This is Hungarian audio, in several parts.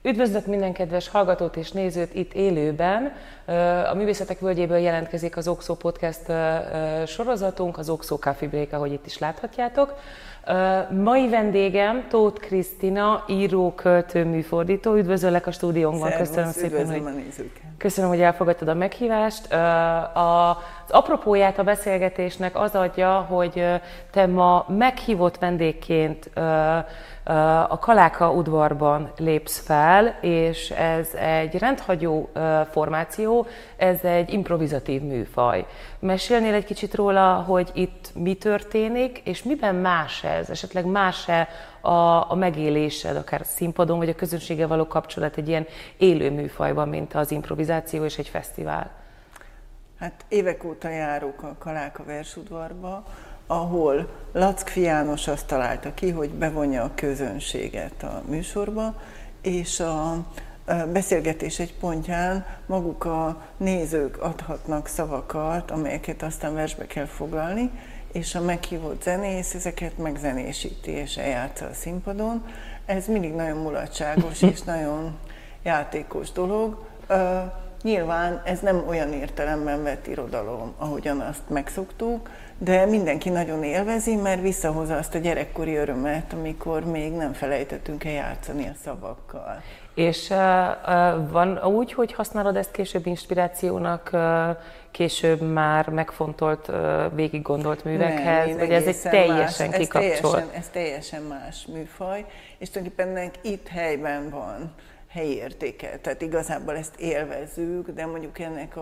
Üdvözlök minden kedves hallgatót és nézőt itt élőben. A Művészetek Völgyéből jelentkezik az Oxo Podcast sorozatunk, az Oxo Coffee Break, ahogy itt is láthatjátok. Mai vendégem Tóth Krisztina, író, költő, műfordító. Üdvözöllek a stúdiónkban. Szervusz, Köszönöm, hogy elfogadtad a meghívást. Az apropóját a beszélgetésnek az adja, hogy te ma meghívott vendégként a Kaláka udvarban lépsz fel, és ez egy rendhagyó formáció, ez egy improvizatív műfaj. Mesélnél egy kicsit róla, hogy itt mi történik, és miben más ez? Esetleg más-e a megélésed, akár a színpadon, vagy a közönséggel való kapcsolat egy ilyen élő műfajban, mint az improvizáció és egy fesztivál? Hát évek óta járok a Kaláka versudvarba, ahol Lackfi János azt találta ki, hogy bevonja a közönséget a műsorba, és a beszélgetés egy pontján maguk a nézők adhatnak szavakat, amelyeket aztán versbe kell foglalni, és a meghívott zenész ezeket megzenésíti és eljátsza a színpadon. Ez mindig nagyon mulatságos és nagyon játékos dolog. Nyilván ez nem olyan értelemben vett irodalom, ahogyan azt megszoktuk, de mindenki nagyon élvezi, mert visszahozza azt a gyerekkori örömet, amikor még nem felejtettünk el játszani a szavakkal. És van úgy, hogy használod ezt később inspirációnak, később már megfontolt, végig gondolt művekhez, nem, vagy ez egy teljesen más. kikapcsolt? Ez teljesen más műfaj, és tulajdonképpen ennek itt helyben van helyi értéke. Tehát igazából ezt élvezzük, de mondjuk ennek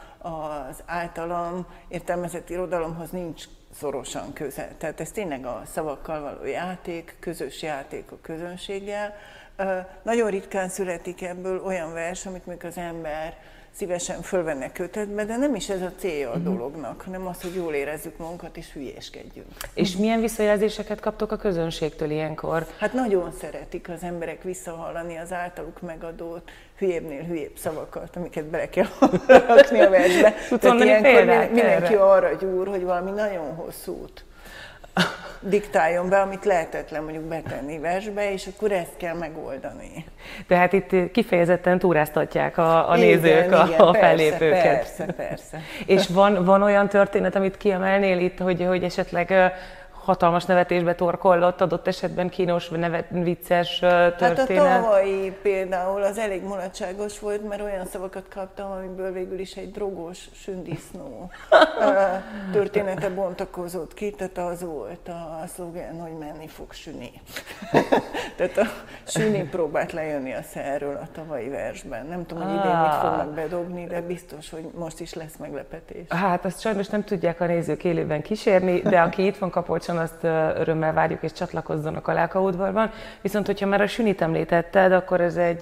az általam értelmezett irodalomhoz nincs szorosan köze. Tehát ez tényleg a szavakkal való játék, közös játék a közönséggel. Nagyon ritkán születik ebből olyan vers, amit még az ember szívesen fölvenne kötetbe, de nem is ez a célja a dolognak, hanem az, hogy jól érezzük magunkat és hülyéskedjünk. És milyen visszajelzéseket kaptok a közönségtől ilyenkor? Hát nagyon szeretik az emberek visszahallani az általuk megadott hülyébbnél hülyébb szavakat, amiket bele kell rakni a versbe. Tehát ilyenkor mindenki arra gyúr, hogy valami nagyon hosszút diktáljon be, amit lehetetlen mondjuk betenni versbe, és akkor ezt kell megoldani. Tehát itt kifejezetten túráztatják a nézők a fellépőket. Persze. És van olyan történet, amit kiemelnél itt, hogy esetleg hatalmas nevetésbe torkollott, adott esetben kínos, vicces történet? Hát a tavalyi például az elég mulatságos volt, mert olyan szavakat kaptam, amiből végül is egy drogos sündisznó története bontakozott ki, tehát az volt a szlogen, hogy menni fog süni. Tehát a süni próbált lejönni a szerről a tavalyi versben. Nem tudom, hogy idén mit fognak bedobni, de biztos, hogy most is lesz meglepetés. Hát azt sajnos nem tudják a nézők élőben kísérni, de aki itt van Kapolcson, azt örömmel várjuk, és csatlakozzon a Kaláka udvarban. Viszont, hogyha már a sünit említetted, akkor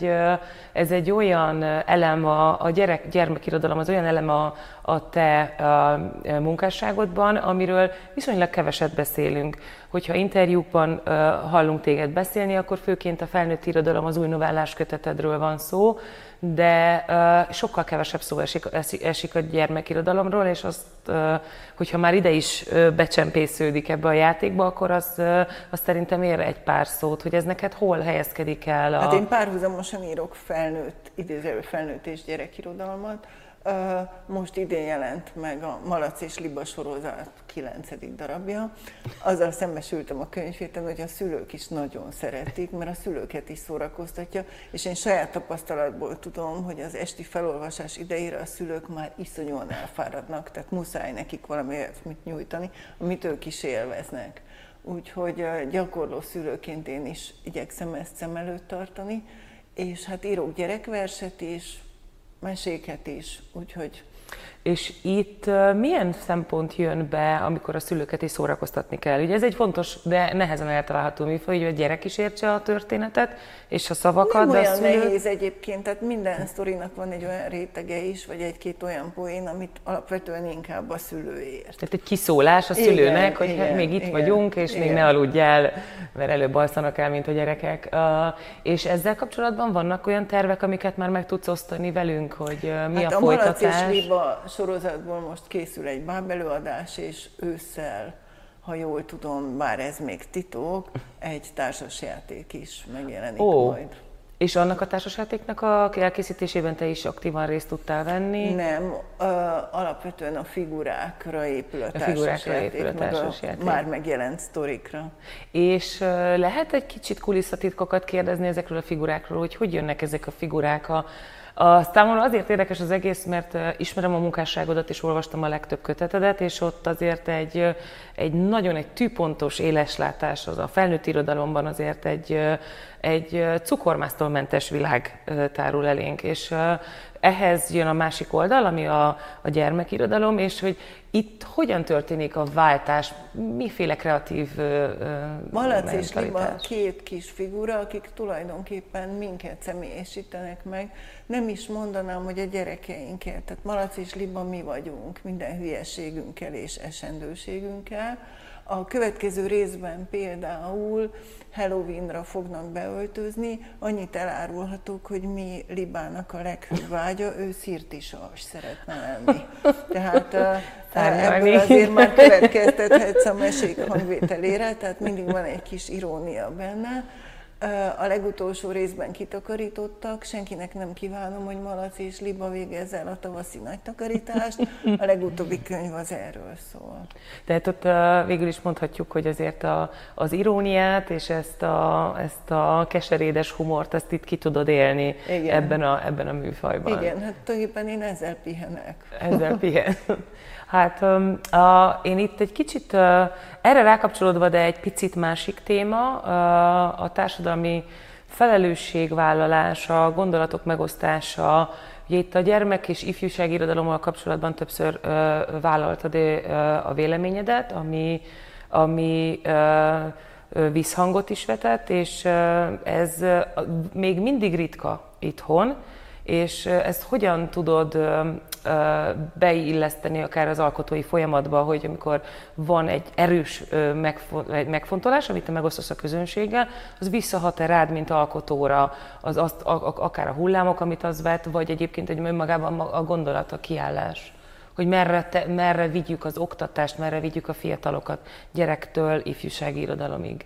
ez egy olyan elem, a gyermekirodalom az olyan elem a te munkásságodban, amiről viszonylag keveset beszélünk. Hogyha interjúkban hallunk téged beszélni, akkor főként a felnőtt irodalom, az új novellás kötetedről van szó, de sokkal kevesebb szó esik a gyermekirodalomról, és azt, hogyha már ide is becsempésződik ebbe a játékba, akkor az szerintem ér egy pár szót, hogy ez neked hol helyezkedik el? Hát én párhuzamosan írok idézőjelben felnőtt és gyerekirodalmat. Most idén jelent meg a Malac és Liba sorozat 9. darabja. Azzal szembesültem a könyvhéten, hogy a szülők is nagyon szeretik, mert a szülőket is szórakoztatja, és én saját tapasztalatból tudom, hogy az esti felolvasás idejére a szülők már iszonyúan elfáradnak, tehát muszáj nekik valami olyasmit nyújtani, amit ők is élveznek. Úgyhogy gyakorló szülőként én is igyekszem ezt szem előtt tartani, és hát írok gyerekverset is, meséket is, úgyhogy... És itt milyen szempont jön be, amikor a szülőket is szórakoztatni kell? Ugye ez egy fontos, de nehezen eltalálható műfaj, hogy a gyerek is értse a történetet, és a szavakat, nem de olyan a szülő... nehéz egyébként, tehát minden sztorinak van egy olyan rétege is, vagy egy-két olyan poén, amit alapvetően inkább a szülő ért. Tehát egy kiszólás a szülőnek, hogy igen, még itt igen, vagyunk, és igen. még ne aludjál, mert előbb alszanak el, mint a gyerekek. És ezzel kapcsolatban vannak olyan tervek, amiket már meg tudsz osztani velünk, hogy mi hát a folytatás? A Malac és Liba sorozatból most készül egy bábelőadás, és ősszel, ha jól tudom, bár ez még titok, egy társasjáték is megjelenik majd. És annak a társasjátéknak a elkészítésében te is aktívan részt tudtál venni? Nem, alapvetően a figurákra épül a társasjáték, meg a már megjelent sztorikra. És lehet egy kicsit kulisszatitkokat kérdezni ezekről a figurákról, hogy jönnek ezek a figurák? Számomra azért érdekes az egész, mert ismerem a munkásságodat, és olvastam a legtöbb kötetedet, és ott azért egy tűpontos éleslátás, az a felnőtt irodalomban azért egy cukormásztól mentes világ tárul elénk. És ehhez jön a másik oldal, ami a gyermekirodalom, és hogy itt hogyan történik a váltás, miféle kreatív Malac és Liba két kis figura, akik tulajdonképpen minket személyesítenek meg. Nem is mondanám, hogy a gyerekeinket. Tehát Malac és Liba mi vagyunk, minden hülyeségünkkel és esendőségünkkel. A következő részben például Halloweenra fognak beöltözni, annyit elárulhatok, hogy mi Libának a leghőbb vágya, ő szirtisas szeretne lenni. Tehát ebből azért már következtethetsz a mesék hangvételére, tehát mindig van egy kis irónia benne. A legutolsó részben kitakarítottak, senkinek nem kívánom, hogy Malac és Liba végezze el a tavaszi nagy takarítást. A legutóbbi könyv az erről szól. Tehát ott végül is mondhatjuk, hogy azért az iróniát és ezt a keserédes humort, ezt itt ki tudod élni ebben a műfajban. Igen, hát tulajdonképpen én ezzel pihenek. Ezzel pihen. Hát én itt egy kicsit erre rákapcsolódva, de egy picit másik téma, a társadalmi felelősségvállalás, a gondolatok megosztása. Ugye itt a gyermek- és ifjúsági irodalommal kapcsolatban többször vállaltad a véleményedet, ami visszhangot is vetett, és ez még mindig ritka itthon, és ezt hogyan tudod beilleszteni akár az alkotói folyamatba, hogy amikor van egy erős megfontolás, amit te megosztasz a közönséggel, az visszahat-e rád, mint alkotóra, akár a hullámok, amit az vet, vagy egyébként önmagában a gondolat, a kiállás? Hogy merre vigyük az oktatást, merre vigyük a fiatalokat, gyerektől ifjúsági irodalomig?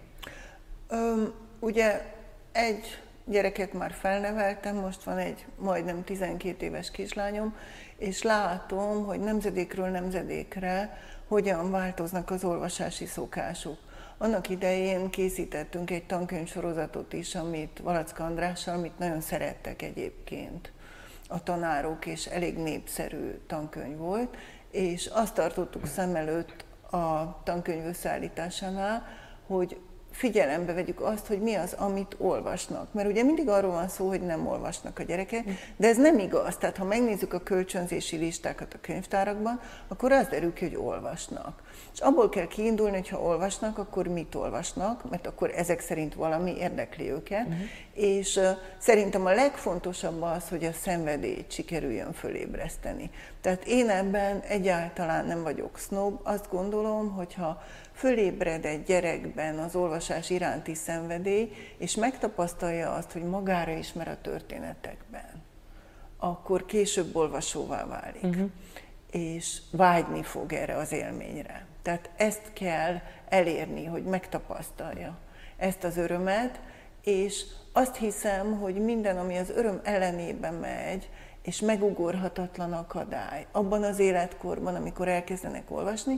Ugye egy gyereket már felneveltem, most van egy majdnem 12 éves kislányom, és látom, hogy nemzedékről nemzedékre hogyan változnak az olvasási szokások. Annak idején készítettünk egy tankönyvsorozatot is, amit Valacka Andrással, amit nagyon szerettek egyébként a tanárok, és elég népszerű tankönyv volt, és azt tartottuk szem előtt a tankönyv összeállításánál, hogy figyelembe vegyük azt, hogy mi az, amit olvasnak. Mert ugye mindig arról van szó, hogy nem olvasnak a gyerekek, de ez nem igaz. Tehát ha megnézzük a kölcsönzési listákat a könyvtárakban, akkor az derül ki, hogy olvasnak. És abból kell kiindulni, hogy ha olvasnak, akkor mit olvasnak, mert akkor ezek szerint valami érdekli őket. És szerintem a legfontosabb az, hogy a szenvedélyt sikerüljön fölébreszteni. Tehát én ebben egyáltalán nem vagyok sznob. Azt gondolom, hogyha fölébred egy gyerekben az olvasás iránti szenvedély, és megtapasztalja azt, hogy magára ismer a történetekben, akkor később olvasóvá válik, és vágyni fog erre az élményre. Tehát ezt kell elérni, hogy megtapasztalja ezt az örömet, és azt hiszem, hogy minden, ami az öröm ellenébe megy, és megugorhatatlan akadály, abban az életkorban, amikor elkezdenek olvasni,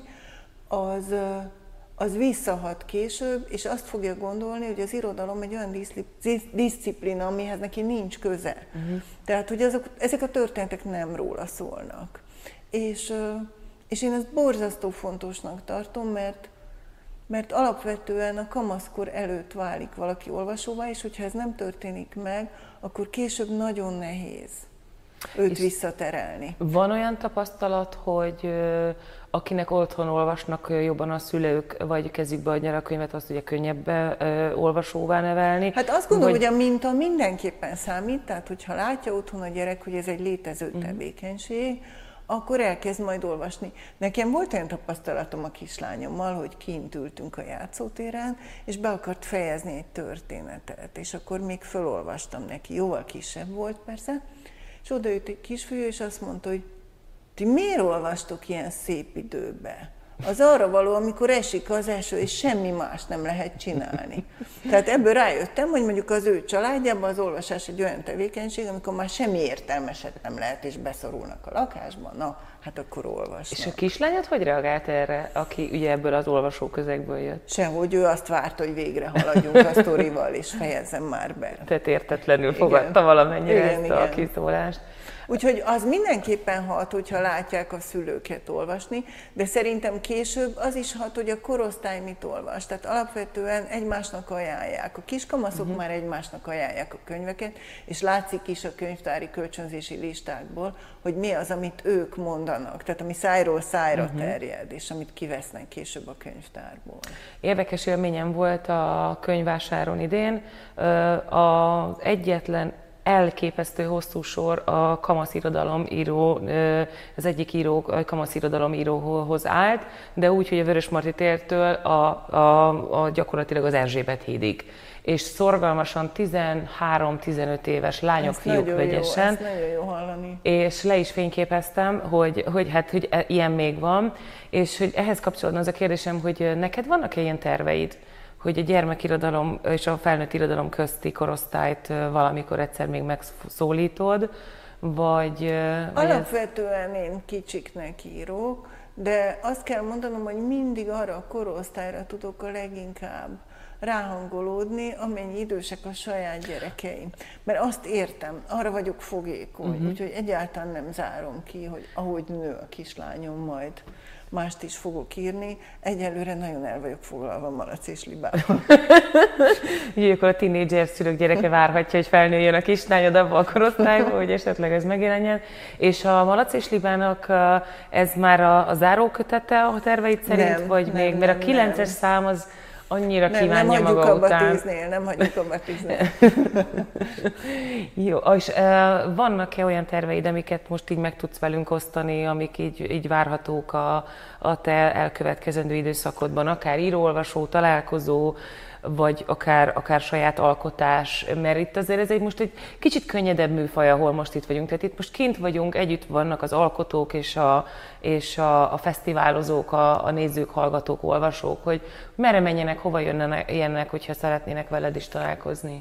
az visszahat később, és azt fogja gondolni, hogy az irodalom egy olyan diszciplína, amihez neki nincs köze. Tehát, hogy ezek a történetek nem róla szólnak. És én ezt borzasztó fontosnak tartom, mert alapvetően a kamaszkor előtt válik valaki olvasóvá, és hogyha ez nem történik meg, akkor később nagyon nehéz őt visszaterelni. Van olyan tapasztalat, hogy akinek otthon olvasnak jobban a szülők, vagy kezükbe adják a könyvet, azt ugye könnyebb olvasóvá nevelni? Hát azt gondolom, hogy a minta mindenképpen számít, tehát hogyha látja otthon a gyerek, hogy ez egy létező tevékenység, akkor elkezd majd olvasni. Nekem volt olyan tapasztalatom a kislányommal, hogy kint ültünk a játszótéren, és be akart fejezni egy történetet, és akkor még fölolvastam neki, jóval kisebb volt persze, és odajött egy kisfiú, és azt mondta, hogy ti miért olvastok ilyen szép időbe? az arra való, amikor esik az eső, és semmi más nem lehet csinálni. Tehát ebből rájöttem, hogy mondjuk az ő családjában az olvasás egy olyan tevékenység, amikor már semmi értelmeset nem lehet, és beszorulnak a lakásban, na, hát akkor olvasnak. És a kislányod hogy reagált erre, aki ugye ebből az olvasóközegből jött? Sehogy, ő azt várta, hogy végre haladjunk a sztorival, és fejezzem már be. Tehát értetlenül fogadta valamennyire ezt igen. a kiszólást. Úgyhogy az mindenképpen hat, hogyha látják a szülőket olvasni, de szerintem később az is hat, hogy a korosztály mit olvas. Tehát alapvetően egymásnak ajánlják. A kiskamaszok már egymásnak ajánlják a könyveket, és látszik is a könyvtári kölcsönzési listákból, hogy mi az, amit ők mondanak. Tehát ami szájról szájra terjed, és amit kivesznek később a könyvtárból. Érdekes élményem volt a könyvvásáron idén. Az egyetlen elképesztő hosszú sor a kamaszírodalom író, az egyik író a kamaszírodalom íróhoz állt, de úgy, hogy a Vörösmarty tértől a gyakorlatilag az Erzsébet hídig. És szorgalmasan 13-15 éves lányok, fiúk vegyesen. Ezt nagyon jó hallani. És le is fényképeztem, hogy ilyen még van, és hogy ehhez kapcsolódna az a kérdésem, hogy neked vannak-e ilyen terveid, hogy a gyermekirodalom és a felnőtt irodalom közti korosztályt valamikor egyszer még megszólítod, vagy... Alapvetően én kicsiknek írok, de azt kell mondanom, hogy mindig arra a korosztályra tudok a leginkább ráhangolódni, amennyi idősek a saját gyerekeim. Mert azt értem, arra vagyok fogékony, úgyhogy egyáltalán nem zárom ki, hogy ahogy nő a kislányom, majd mást is fogok írni. Egyelőre nagyon el vagyok foglalva Malac és Libában. Ugye akkor a tínédzser szülők gyereke várhatja, hogy felnőjön a kislányod abba a korosztályba, hogy esetleg ez megjelenjen. És a Malac és Libának ez már a zárókötete a terveid szerint, nem, vagy nem, még? Mert a 9-es szám az annyira kívánja maga után. Nem hagyjuk abba 10-nél. Jó, és vannak-e olyan terveid, amiket most így meg tudsz velünk osztani, amik így várhatók a te elkövetkezendő időszakodban, akár író-olvasó találkozó, vagy akár saját alkotás, mert itt azért ez most egy kicsit könnyedebb műfaj, ahol most itt vagyunk. Tehát itt most kint vagyunk, együtt vannak az alkotók és a fesztiválozók, a nézők, hallgatók, olvasók, hogy merre menjenek, hova jönnek, hogyha szeretnének veled is találkozni.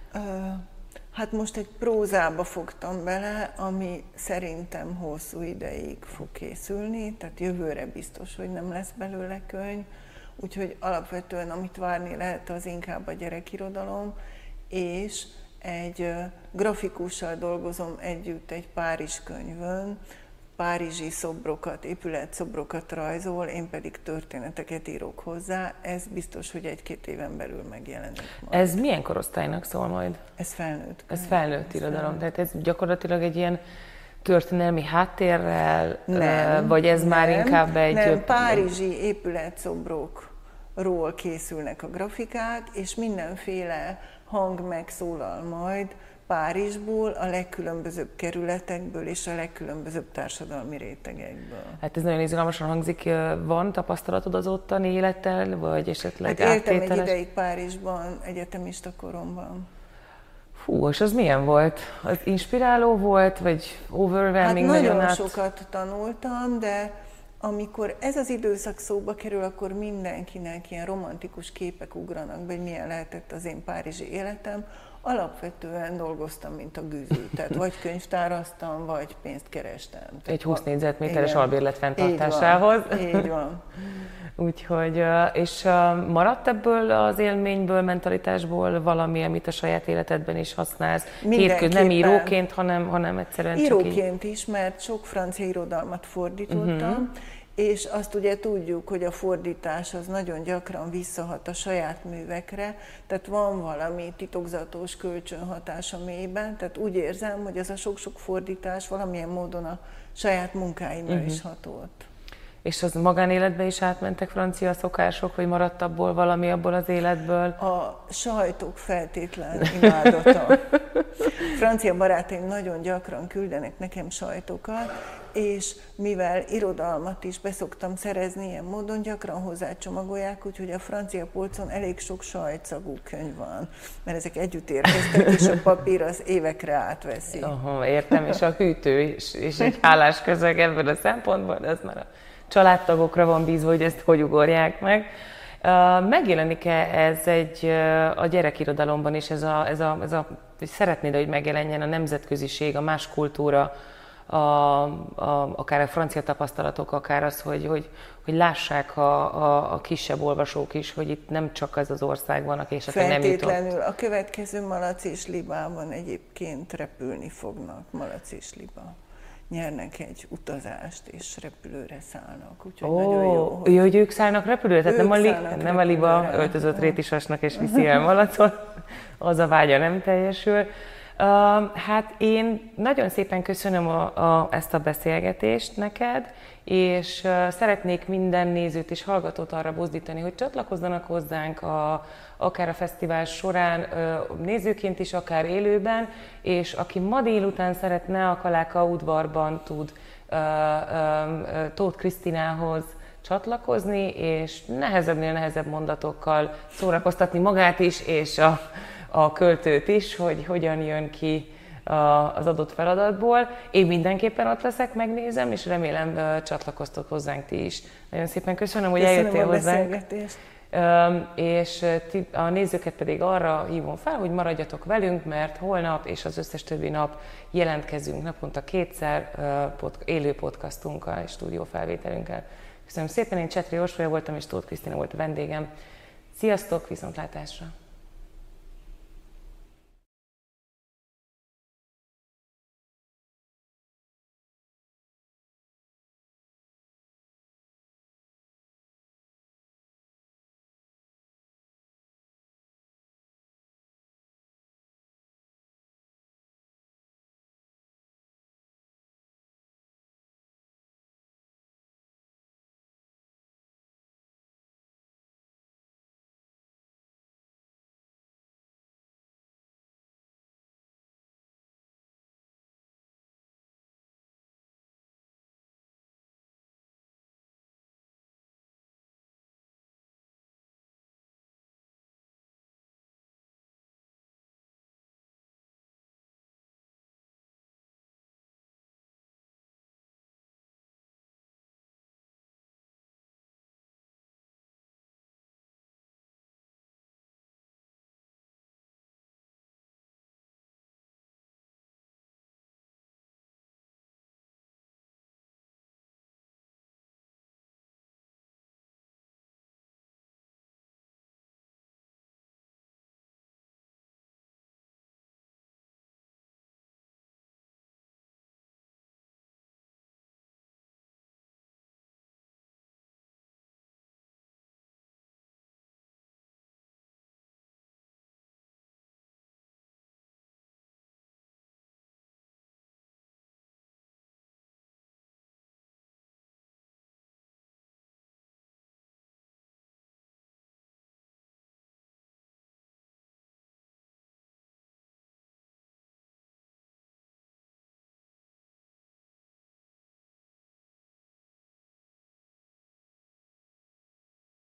Hát most egy prózába fogtam bele, ami szerintem hosszú ideig fog készülni, tehát jövőre biztos, hogy nem lesz belőle könyv. Úgyhogy alapvetően, amit várni lehet, az inkább a gyerekirodalom, és egy grafikussal dolgozom együtt egy Párizs könyvön, párizsi szobrokat, épületszobrokat rajzol, én pedig történeteket írok hozzá. Ez biztos, hogy 1-2 éven belül megjelenik majd. Ez milyen korosztálynak szól majd? Ez felnőtt. Ez felnőtt irodalom, tehát ez gyakorlatilag egy ilyen történelmi háttérrel, vagy ez már inkább egy... Nem, párizsi épületszobrokról készülnek a grafikák, és mindenféle hang megszólal majd Párizsból, a legkülönbözőbb kerületekből és a legkülönbözőbb társadalmi rétegekből. Hát ez nagyon izgalmasan hangzik. Van tapasztalatod az ottani élettel, vagy esetleg éltem egy ideig Párizsban, egyetemista koromban. Fú, és az milyen volt? Az inspiráló volt, vagy overwhelming? Hát nagyon sokat tanultam, de amikor ez az időszak szóba kerül, akkor mindenkinek ilyen romantikus képek ugranak be, hogy milyen lehetett az én párizsi életem. Alapvetően dolgoztam, mint a gűzű, tehát vagy könyvtáraztam, vagy pénzt kerestem. Egy 20 négyzetméteres albérlet fenntartásához. Így van. Úgyhogy, és maradt ebből az élményből, mentalitásból valami, amit a saját életedben is használsz? Nem íróként, hanem egyszerűen íróként is, mert sok francia irodalmat fordítottam, és azt ugye tudjuk, hogy a fordítás az nagyon gyakran visszahat a saját művekre, tehát van valami titokzatos kölcsönhatás a mélyben, tehát úgy érzem, hogy ez a sok-sok fordítás valamilyen módon a saját munkáimra is hatott. És az magánéletbe is átmentek francia szokások, vagy maradt abból valami abból az életből? A sajtok feltétlen imádata. Francia barátaim nagyon gyakran küldenek nekem sajtokat, és mivel irodalmat is beszoktam szerezni ilyen módon, gyakran hozzácsomagolják, úgyhogy a francia polcon elég sok sajtszagú könyv van, mert ezek együtt érkeztek, és a papír az évekre átveszi. Aha, értem, és a hűtő is egy hálás közeg ebből a szempontból, de az már a családtagokra van bízva, hogy ezt hogy ugorják meg. Megjelenik-e ez a gyerekirodalomban is, hogy szeretnéd, hogy megjelenjen a nemzetköziség, a más kultúra, akár a francia tapasztalatok, akár az, hogy lássák a kisebb olvasók is, hogy itt nem csak ez az ország van, aki esetleg nem jutott. Feltétlenül a következő Malac és Libában egyébként repülni fognak. Malac és Liba nyernek egy utazást, és repülőre szállnak. Úgyhogy nagyon jó. Hogy ők szállnak repülőre? Tehát nem a Liba öltözött rétisasnak és viszi el Malacot, az a vágya nem teljesül. Hát én nagyon szépen köszönöm ezt a beszélgetést neked, és szeretnék minden nézőt és hallgatót arra buzdítani, hogy csatlakozzanak hozzánk akár a fesztivál során nézőként is, akár élőben, és aki ma délután szeretne a Kaláka udvarban tud Tóth Krisztinához csatlakozni, és nehezebbnél nehezebb mondatokkal szórakoztatni magát is, és a költőt is, hogy hogyan jön ki az adott feladatból. Én mindenképpen ott leszek, megnézem, és remélem csatlakoztok hozzánk ti is. Nagyon szépen köszönöm, hogy eljöttél hozzánk. És a nézőket pedig arra hívom fel, hogy maradjatok velünk, mert holnap és az összes többi nap jelentkezünk naponta kétszer élő podcastunkkal és stúdiófelvételünkkel. Köszönöm szépen, én Csetri Orsolya voltam, és Tóth Krisztina volt a vendégem. Sziasztok, viszontlátásra!